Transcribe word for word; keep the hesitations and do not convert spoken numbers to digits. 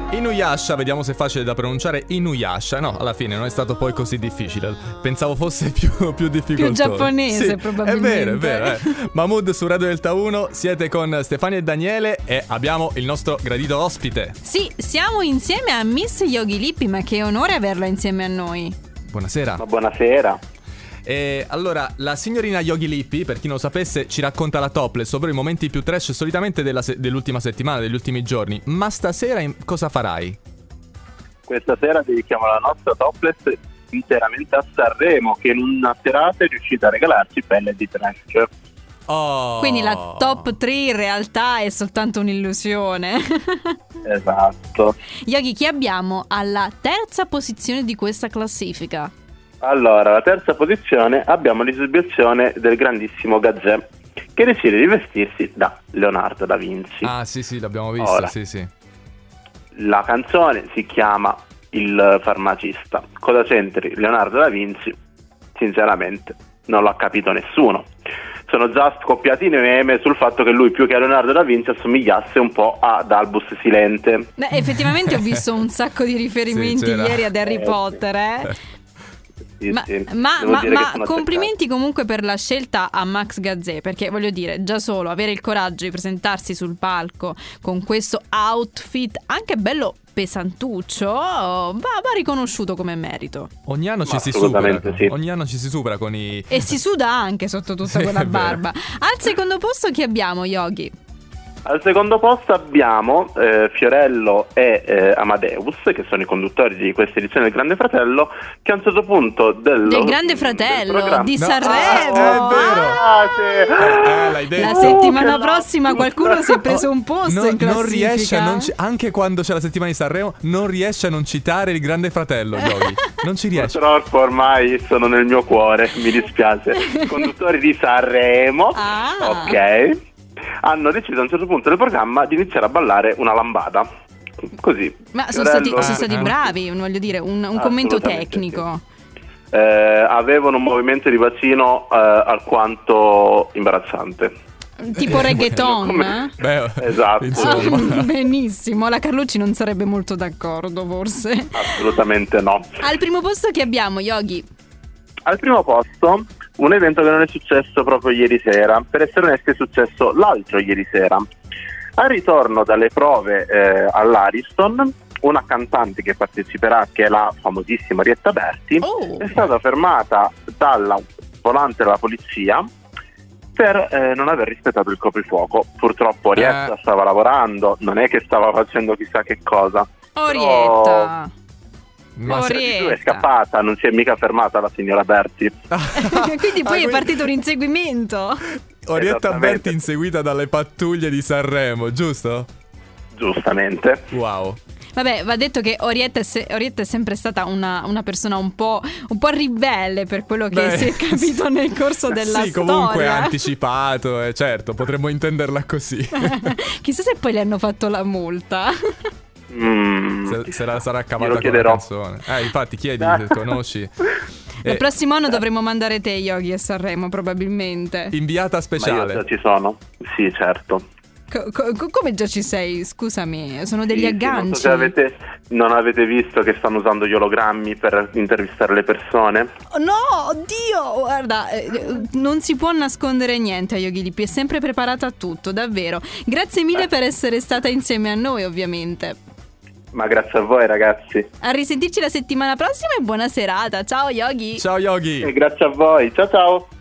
Inuyasha, vediamo se è facile da pronunciare. Inuyasha, no, alla fine non è stato poi così difficile. Pensavo fosse più, più difficoltoso. Più giapponese, sì, probabilmente. È vero, è vero. Eh. Mahmood su Radio Delta uno, siete con Stefania e Daniele e abbiamo il nostro gradito ospite. Sì, siamo insieme a Miss Yogi Lippi, ma che onore averla insieme a noi. Buonasera. Ma buonasera. E allora, la signorina Yogi Lippi, per chi non lo sapesse, ci racconta la topless, ovvero i momenti più trash solitamente della se- dell'ultima settimana, degli ultimi giorni. Ma stasera in- cosa farai? Questa sera dedichiamo la nostra topless interamente a Sanremo, che in una serata è riuscita a regalarci pelle di trash. Oh. Quindi la top tre in realtà è soltanto un'illusione. Esatto. Yogi, chi abbiamo alla terza posizione di questa classifica? Allora, alla terza posizione abbiamo l'esibizione del grandissimo Gazè, che decide di vestirsi da Leonardo da Vinci. Ah, sì, sì, l'abbiamo visto, Ora, sì, sì. La canzone si chiama Il farmacista. Cosa c'entri Leonardo da Vinci? Sinceramente non l'ha capito nessuno. Sono già scoppiati i meme sul fatto che lui, più che a Leonardo da Vinci, assomigliasse un po' ad Albus Silente. Beh, effettivamente ho visto un sacco di riferimenti Sì, c'era. ieri ad Harry Eh, Potter, eh? Sì, Ma, sì. ma, Devo ma, dire che ma sono complimenti comunque per la scelta a Max Gazzè, perché voglio dire, già solo avere il coraggio di presentarsi sul palco con questo outfit anche bello pesantuccio va, va riconosciuto come merito. Ogni anno ci si Assolutamente supera. sì. Ogni anno ci si supera con i... E si suda anche sotto tutta Sì, quella è vero. barba. Al secondo posto chi abbiamo, Yogi? Al secondo posto abbiamo eh, Fiorello e eh, Amadeus, che sono i conduttori di questa edizione del Grande Fratello, che a un certo punto del, Del Grande Fratello, del programma- di No, Sanremo. ah, è vero. Ah, sì. Eh, l'hai detto. La settimana Oh, che prossima lapsus. qualcuno si è preso un posto No, in classifica. non riesce a non ci- anche quando c'è la settimana di Sanremo, non riesce a non citare il Grande Fratello, Yogi. Non ci riesce. Purtroppo ormai sono nel mio cuore, mi dispiace. Conduttori di Sanremo, Ah. ok, hanno deciso a un certo punto del programma di iniziare a ballare una lambada. Così. Ma sono stati, Fiorello- sono stati Eh. bravi, voglio dire, un, un commento Assolutamente tecnico. Eh, avevano un movimento di bacino eh, alquanto imbarazzante. Tipo reggaeton. Come- eh? Beh, Esatto. insomma. Ah, benissimo, la Carlucci non sarebbe molto d'accordo forse. Assolutamente no. Al primo posto che abbiamo, Yogi? Al primo posto un evento che non è successo proprio ieri sera, per essere onesti è successo l'altro ieri sera. Al ritorno dalle prove eh, all'Ariston, una cantante che parteciperà, che è la famosissima Orietta Berti, Oh. è stata fermata dalla volante della polizia per eh, non aver rispettato il coprifuoco. Purtroppo Orietta Eh. stava lavorando, non è che stava facendo chissà che cosa. Orietta. Ma Orietta. se- Di più è scappata, non si è mica fermata la signora Berti. Quindi poi Ah, è partito un inseguimento. Orietta Esattamente. Berti inseguita dalle pattuglie di Sanremo, giusto? Giustamente. Wow. Vabbè, va detto che Orietta è, se- Orietta è sempre stata una, una persona un po', un po' ribelle per quello che Beh, si è capito nel corso della sì, comunque storia. ha anticipato, eh, certo, potremmo intenderla così. Chissà se poi le hanno fatto la multa. Mm, se, se la sarà glielo cavata con la chiederò. canzone. Eh, infatti, chiedi se conosci. Il Eh, prossimo anno dovremmo mandare te, Yogi, a Sanremo, probabilmente. inviata Ma io speciale. già ci sono? Sì, certo. Co- co- come già ci sei? Scusami, sono degli Sì, sì, agganci. non so se avete, non avete visto che stanno usando gli ologrammi per intervistare le persone. Oh, no, oddio, guarda, eh, non si può nascondere niente a Yogi Lippi, è sempre preparata a tutto, davvero. Grazie mille per essere stata insieme a noi, ovviamente. Ma grazie a voi, ragazzi. A risentirci la settimana prossima e buona serata. Ciao Yogi. Ciao Yogi. E grazie a voi. Ciao ciao.